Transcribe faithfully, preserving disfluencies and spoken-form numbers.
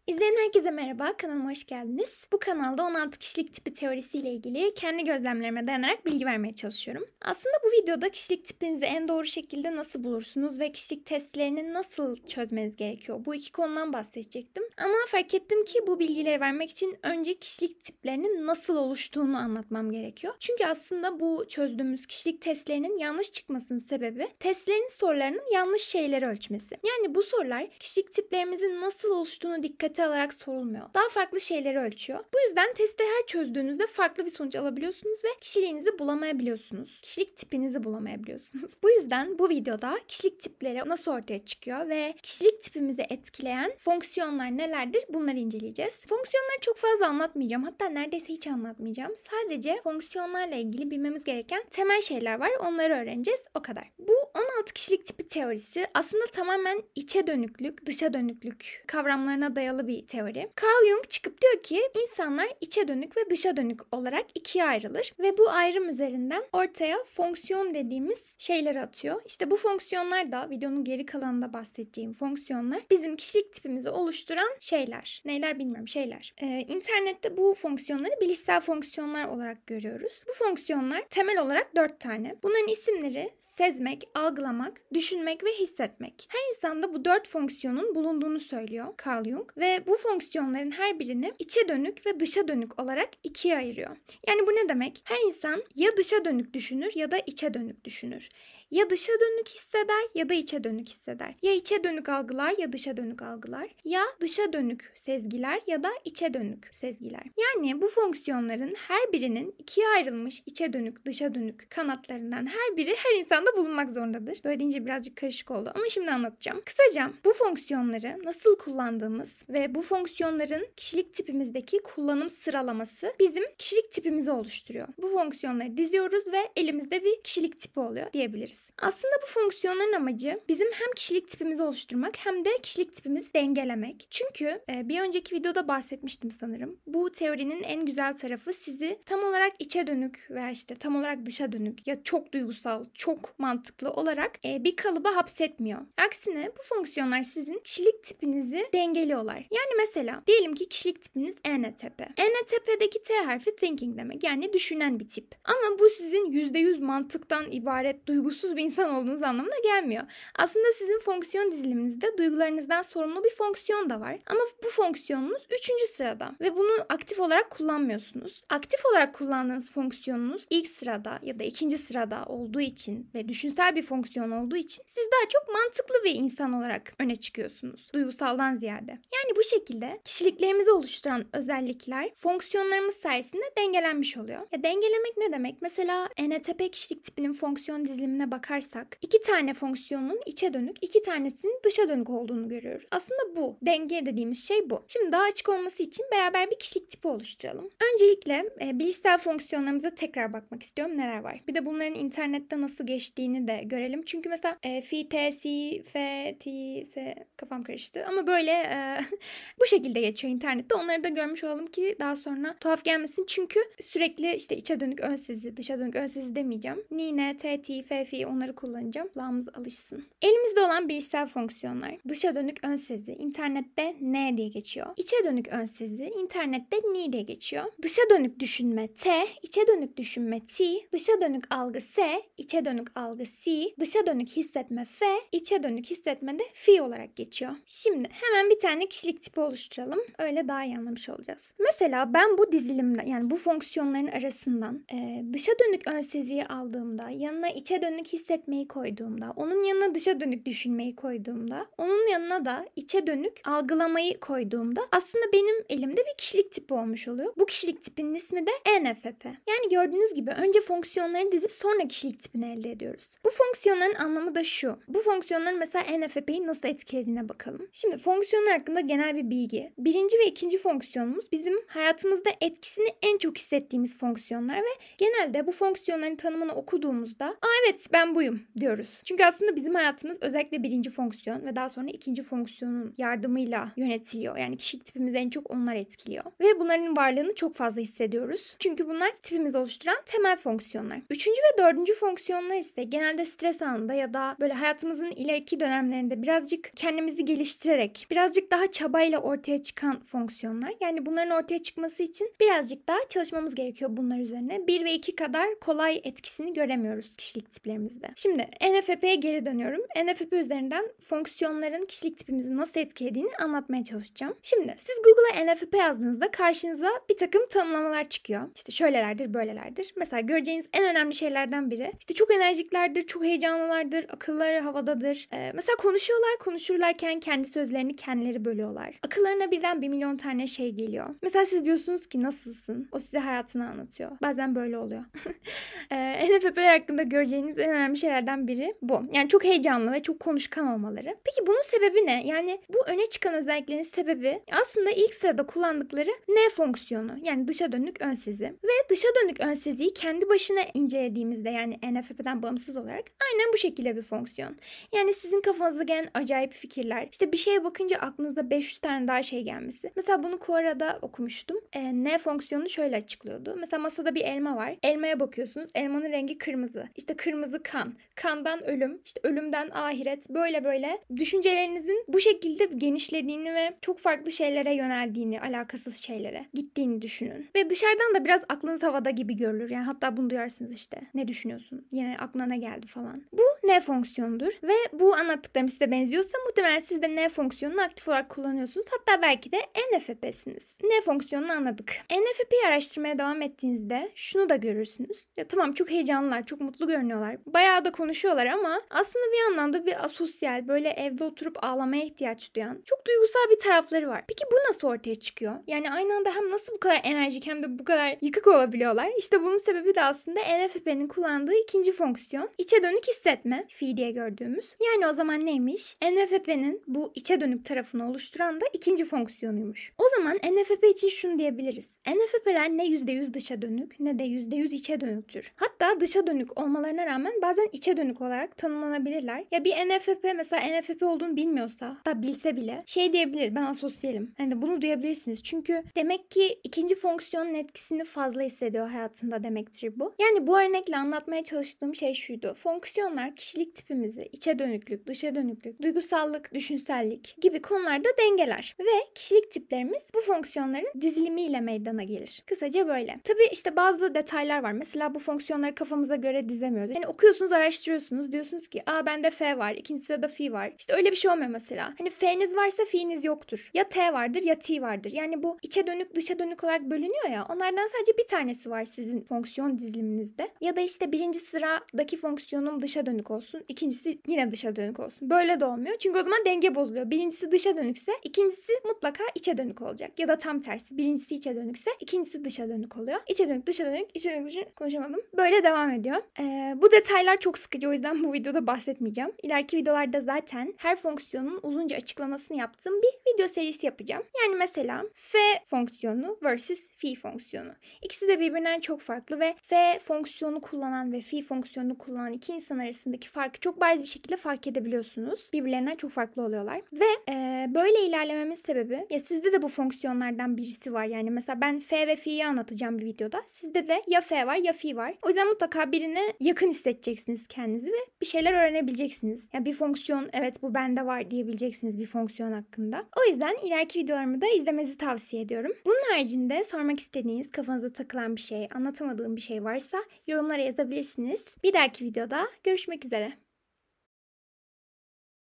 İzleyen herkese merhaba, kanalıma hoş geldiniz. Bu kanalda on altı kişilik tipi teorisiyle ilgili kendi gözlemlerime dayanarak bilgi vermeye çalışıyorum. Aslında bu videoda kişilik tipinizi en doğru şekilde nasıl bulursunuz ve kişilik testlerini nasıl çözmeniz gerekiyor? Bu iki konudan bahsedecektim. Ama fark ettim ki bu bilgileri vermek için önce kişilik tiplerinin nasıl oluştuğunu anlatmam gerekiyor. Çünkü aslında bu çözdüğümüz kişilik testlerinin yanlış çıkmasının sebebi testlerin sorularının yanlış şeyleri ölçmesi. Yani bu sorular kişilik tiplerimizin nasıl oluştuğunu dikkat alarak sorulmuyor. Daha farklı şeyleri ölçüyor. Bu yüzden testi her çözdüğünüzde farklı bir sonuç alabiliyorsunuz ve kişiliğinizi bulamayabiliyorsunuz. Kişilik tipinizi bulamayabiliyorsunuz. Bu yüzden bu videoda kişilik tipleri nasıl ortaya çıkıyor ve kişilik tipimizi etkileyen fonksiyonlar nelerdir bunları inceleyeceğiz. Fonksiyonları çok fazla anlatmayacağım. Hatta neredeyse hiç anlatmayacağım. Sadece fonksiyonlarla ilgili bilmemiz gereken temel şeyler var. Onları öğreneceğiz. O kadar. Bu on altı kişilik tipi teorisi aslında tamamen içe dönüklük, dışa dönüklük kavramlarına dayalı bir teori. Carl Jung çıkıp diyor ki insanlar içe dönük ve dışa dönük olarak ikiye ayrılır ve bu ayrım üzerinden ortaya fonksiyon dediğimiz şeyleri atıyor. İşte bu fonksiyonlar da videonun geri kalanında bahsedeceğim fonksiyonlar bizim kişilik tipimizi oluşturan şeyler. Neyler bilmiyorum şeyler. Ee, internette bu fonksiyonları bilişsel fonksiyonlar olarak görüyoruz. Bu fonksiyonlar temel olarak dört tane. Bunların isimleri sezmek, algılamak, düşünmek ve hissetmek. Her insanda bu dört fonksiyonun bulunduğunu söylüyor Carl Jung ve bu fonksiyonların her birini içe dönük ve dışa dönük olarak ikiye ayırıyor. Yani bu ne demek? Her insan ya dışa dönük düşünür ya da içe dönük düşünür. Ya dışa dönük hisseder ya da içe dönük hisseder. Ya içe dönük algılar ya dışa dönük algılar. Ya dışa dönük sezgiler ya da içe dönük sezgiler. Yani bu fonksiyonların her birinin ikiye ayrılmış içe dönük, dışa dönük kanatlarından her biri her insanda bulunmak zorundadır. Böyle deyince birazcık karışık oldu ama şimdi anlatacağım. Kısaca bu fonksiyonları nasıl kullandığımız ve bu fonksiyonların kişilik tipimizdeki kullanım sıralaması bizim kişilik tipimizi oluşturuyor. Bu fonksiyonları diziyoruz ve elimizde bir kişilik tipi oluyor diyebiliriz. Aslında bu fonksiyonların amacı bizim hem kişilik tipimizi oluşturmak hem de kişilik tipimizi dengelemek. Çünkü e, bir önceki videoda bahsetmiştim sanırım. Bu teorinin en güzel tarafı sizi tam olarak içe dönük veya işte tam olarak dışa dönük ya çok duygusal, çok mantıklı olarak e, bir kalıba hapsetmiyor. Aksine bu fonksiyonlar sizin kişilik tipinizi dengeliyorlar. Yani mesela diyelim ki kişilik tipiniz E N T P. E N T P'deki T harfi thinking demek. Yani düşünen bir tip. Ama bu sizin yüzde yüz mantıktan ibaret duygusuz bir insan olduğunuz anlamına gelmiyor. Aslında sizin fonksiyon diziliminizde duygularınızdan sorumlu bir fonksiyon da var. Ama bu fonksiyonunuz üçüncü sırada ve bunu aktif olarak kullanmıyorsunuz. Aktif olarak kullandığınız fonksiyonunuz ilk sırada ya da ikinci sırada olduğu için ve düşünsel bir fonksiyon olduğu için siz daha çok mantıklı bir insan olarak öne çıkıyorsunuz. Duygusaldan ziyade. Yani bu şekilde kişiliklerimizi oluşturan özellikler fonksiyonlarımız sayesinde dengelenmiş oluyor. Ya dengelemek ne demek? Mesela E N T P kişilik tipinin fonksiyon dizilimine bakarsak iki tane fonksiyonun içe dönük, iki tanesinin dışa dönük olduğunu görüyoruz. Aslında bu. Denge dediğimiz şey bu. Şimdi daha açık olması için beraber bir kişilik tipi oluşturalım. Öncelikle e, bilişsel fonksiyonlarımıza tekrar bakmak istiyorum. Neler var? Bir de bunların internette nasıl geçtiğini de görelim. Çünkü mesela e, fi, t, si, f, ti, s kafam karıştı. Ama böyle e, bu şekilde geçiyor internette. Onları da görmüş olalım ki daha sonra tuhaf gelmesin. Çünkü sürekli işte içe dönük ön sezi, dışa dönük ön sezi demeyeceğim. Ni, ne, te, ti, fe, fi onları kullanacağım. Kulağımız alışsın. Elimizde olan bilişsel fonksiyonlar. Dışa dönük ön sezi. İnternette ne diye geçiyor. İçe dönük ön sezi. İnternette ni diye geçiyor. Dışa dönük düşünme t, içe dönük düşünme ti, dışa dönük algı s, içe dönük algı si, dışa dönük hissetme f, içe dönük hissetme de fi olarak geçiyor. Şimdi hemen bir tane kişilik tipi oluşturalım. Öyle daha iyi anlamış olacağız. Mesela ben bu dizilimden yani bu fonksiyonların arasından e, dışa dönük ön seziyi aldığımda, yanına içe dönük hissetmeyi koyduğumda, onun yanına dışa dönük düşünmeyi koyduğumda, onun yanına da içe dönük algılamayı koyduğumda aslında benim elimde bir kişilik tipi olmuş oluyor. Bu kişilik tipinin ismi de E N F P. Yani gördüğünüz gibi önce fonksiyonları dizip sonra kişilik tipini elde ediyoruz. Bu fonksiyonların anlamı da şu. Bu fonksiyonların mesela E N F P'yi nasıl etkilediğine bakalım. Şimdi fonksiyonlar hakkında genel bir bilgi. Birinci ve ikinci fonksiyonumuz bizim hayatımızda etkisini en çok hissettiğimiz fonksiyonlar ve genelde bu fonksiyonların tanımını okuduğumuzda aa evet ben ben buyum diyoruz. Çünkü aslında bizim hayatımız özellikle birinci fonksiyon ve daha sonra ikinci fonksiyonun yardımıyla yönetiliyor. Yani kişilik tipimizi en çok onlar etkiliyor. Ve bunların varlığını çok fazla hissediyoruz. Çünkü bunlar tipimizi oluşturan temel fonksiyonlar. Üçüncü ve dördüncü fonksiyonlar ise genelde stres anında ya da böyle hayatımızın ileriki dönemlerinde birazcık kendimizi geliştirerek, birazcık daha çabayla ortaya çıkan fonksiyonlar. Yani bunların ortaya çıkması için birazcık daha çalışmamız gerekiyor bunlar üzerine. bir ve iki kadar kolay etkisini göremiyoruz kişilik tiplerimizde. Şimdi N F P'ye geri dönüyorum. N F P üzerinden fonksiyonların kişilik tipimizi nasıl etkilediğini anlatmaya çalışacağım. Şimdi siz Google'a N F P yazdığınızda karşınıza bir takım tanımlamalar çıkıyor. İşte şöylelerdir, böylelerdir. Mesela göreceğiniz en önemli şeylerden biri. İşte çok enerjiklerdir, çok heyecanlılardır, akılları havadadır. Ee, mesela konuşuyorlar, konuşurlarken kendi sözlerini kendileri bölüyorlar. Akıllarına birden bir milyon tane şey geliyor. Mesela siz diyorsunuz ki nasılsın? O size hayatını anlatıyor. Bazen böyle oluyor. ee, N F P'ler hakkında göreceğiniz en önemli şeylerden biri bu. Yani çok heyecanlı ve çok konuşkan olmaları. Peki bunun sebebi ne? Yani bu öne çıkan özelliklerin sebebi aslında ilk sırada kullandıkları N fonksiyonu. Yani dışa dönük ön sezi. Ve dışa dönük ön seziyi kendi başına incelediğimizde yani N F P'den bağımsız olarak aynen bu şekilde bir fonksiyon. Yani sizin kafanıza gelen acayip fikirler. İşte bir şeye bakınca aklınıza beş yüz tane daha şey gelmesi. Mesela bunu Quora'da okumuştum. E, N fonksiyonu şöyle açıklıyordu. Mesela masada bir elma var. Elmaya bakıyorsunuz. Elmanın rengi kırmızı. İşte kırmızı kan. Kandan ölüm. İşte ölümden ahiret. Böyle böyle düşüncelerinizin bu şekilde genişlediğini ve çok farklı şeylere yöneldiğini, alakasız şeylere gittiğini düşünün. Ve dışarıdan da biraz aklınız havada gibi görülür. Yani hatta bunu duyarsınız işte. Ne düşünüyorsun? Yine aklına ne geldi falan. Bu N fonksiyonudur. Ve bu anlattıklarım size benziyorsa muhtemelen siz de N fonksiyonunu aktif olarak kullanıyorsunuz. Hatta belki de N F P'siniz. N fonksiyonunu anladık. N F P'yi araştırmaya devam ettiğinizde şunu da görürsünüz. Ya tamam çok heyecanlılar, çok mutlu görünüyorlar. Bayağı da konuşuyorlar ama aslında bir yandan da bir asosyal, böyle evde oturup ağlamaya ihtiyaç duyan, çok duygusal bir tarafları var. Peki bu nasıl ortaya çıkıyor? Yani aynı anda hem nasıl bu kadar enerjik hem de bu kadar yıkık olabiliyorlar? İşte bunun sebebi de aslında N F P'nin kullandığı ikinci fonksiyon. İçe dönük hissetme, fi diye gördüğümüz. Yani o zaman neymiş? N F P'nin bu içe dönük tarafını oluşturan da ikinci fonksiyonuymuş. O zaman N F P için şunu diyebiliriz. N F P'ler ne yüzde yüz dışa dönük ne de yüzde yüz içe dönüktür. Hatta dışa dönük olmalarına rağmen bazen içe dönük olarak tanımlanabilirler. Ya bir N F P mesela N F P olduğunu bilmiyorsa, da bilse bile şey diyebilir, ben asosyalim. Yani bunu duyabilirsiniz. Çünkü demek ki ikinci fonksiyonun etkisini fazla hissediyor hayatında demektir bu. Yani bu örnekle anlatmaya çalıştığım şey şuydu. Fonksiyonlar kişilik tipimizi içe dönüklük, dışa dönüklük, duygusallık, düşünsellik gibi konularda dengeler. Ve kişilik tiplerimiz bu fonksiyonların dizilimiyle meydana gelir. Kısaca böyle. Tabii işte bazı detaylar var. Mesela bu fonksiyonları kafamıza göre dizemiyoruz. Yani okuyorsunuz, araştırıyorsunuz. Diyorsunuz ki aa bende F var, ikinci sırada fi var. İşte öyle bir şey olmuyor mesela. Hani F'niz varsa fi'niz yoktur. Ya T vardır ya T vardır. Yani bu içe dönük dışa dönük olarak bölünüyor ya. Onlardan sadece bir tanesi var sizin fonksiyon diziliminizde. Ya da işte birinci sıradaki fonksiyonum dışa dönük olsun. İkincisi yine dışa dönük olsun. Böyle de olmuyor. Çünkü o zaman denge bozuluyor. Birincisi dışa dönükse ikincisi mutlaka içe dönük olacak. Ya da tam tersi. Birincisi içe dönükse ikincisi dışa dönük oluyor. İçe dönük, dışa dönük, içe dönük, dışa dönük. Konuşamadım. Böyle devam ediyor. Ee, bu detaylar çok sıkıcı. O yüzden bu videoda bahsetmeyeceğim. İleriki videolarda zaten her fonksiyonun uzunca açıklamasını yaptığım bir video serisi yapacağım. Yani mesela F fonksiyonu versus fi fonksiyonu. İkisi de birbirinden çok farklı ve F fonksiyonu kullanan ve fi fonksiyonunu kullanan iki insan arasındaki farkı çok bariz bir şekilde fark edebiliyorsunuz. Birbirlerinden çok farklı oluyorlar. Ve e, böyle ilerlememin sebebi ya sizde de bu fonksiyonlardan birisi var. Yani mesela ben F ve fi'yi anlatacağım bir videoda. Sizde de ya F var ya fi var. O yüzden mutlaka birine yakın hissedeceksiniz kendinizi ve bir şeyler öğrenebileceksiniz. Yani bir fonksiyon evet bu bende var diyebileceksiniz bir fonksiyon hakkında. O yüzden ileriki videolarımı da izlemenizi tavsiye ediyorum. Bunun haricinde sormak istediğiniz, kafanıza takılan bir şey, anlatamadığım bir şey varsa yorumlara yazabilirsiniz. Bir dahaki videoda görüşmek üzere.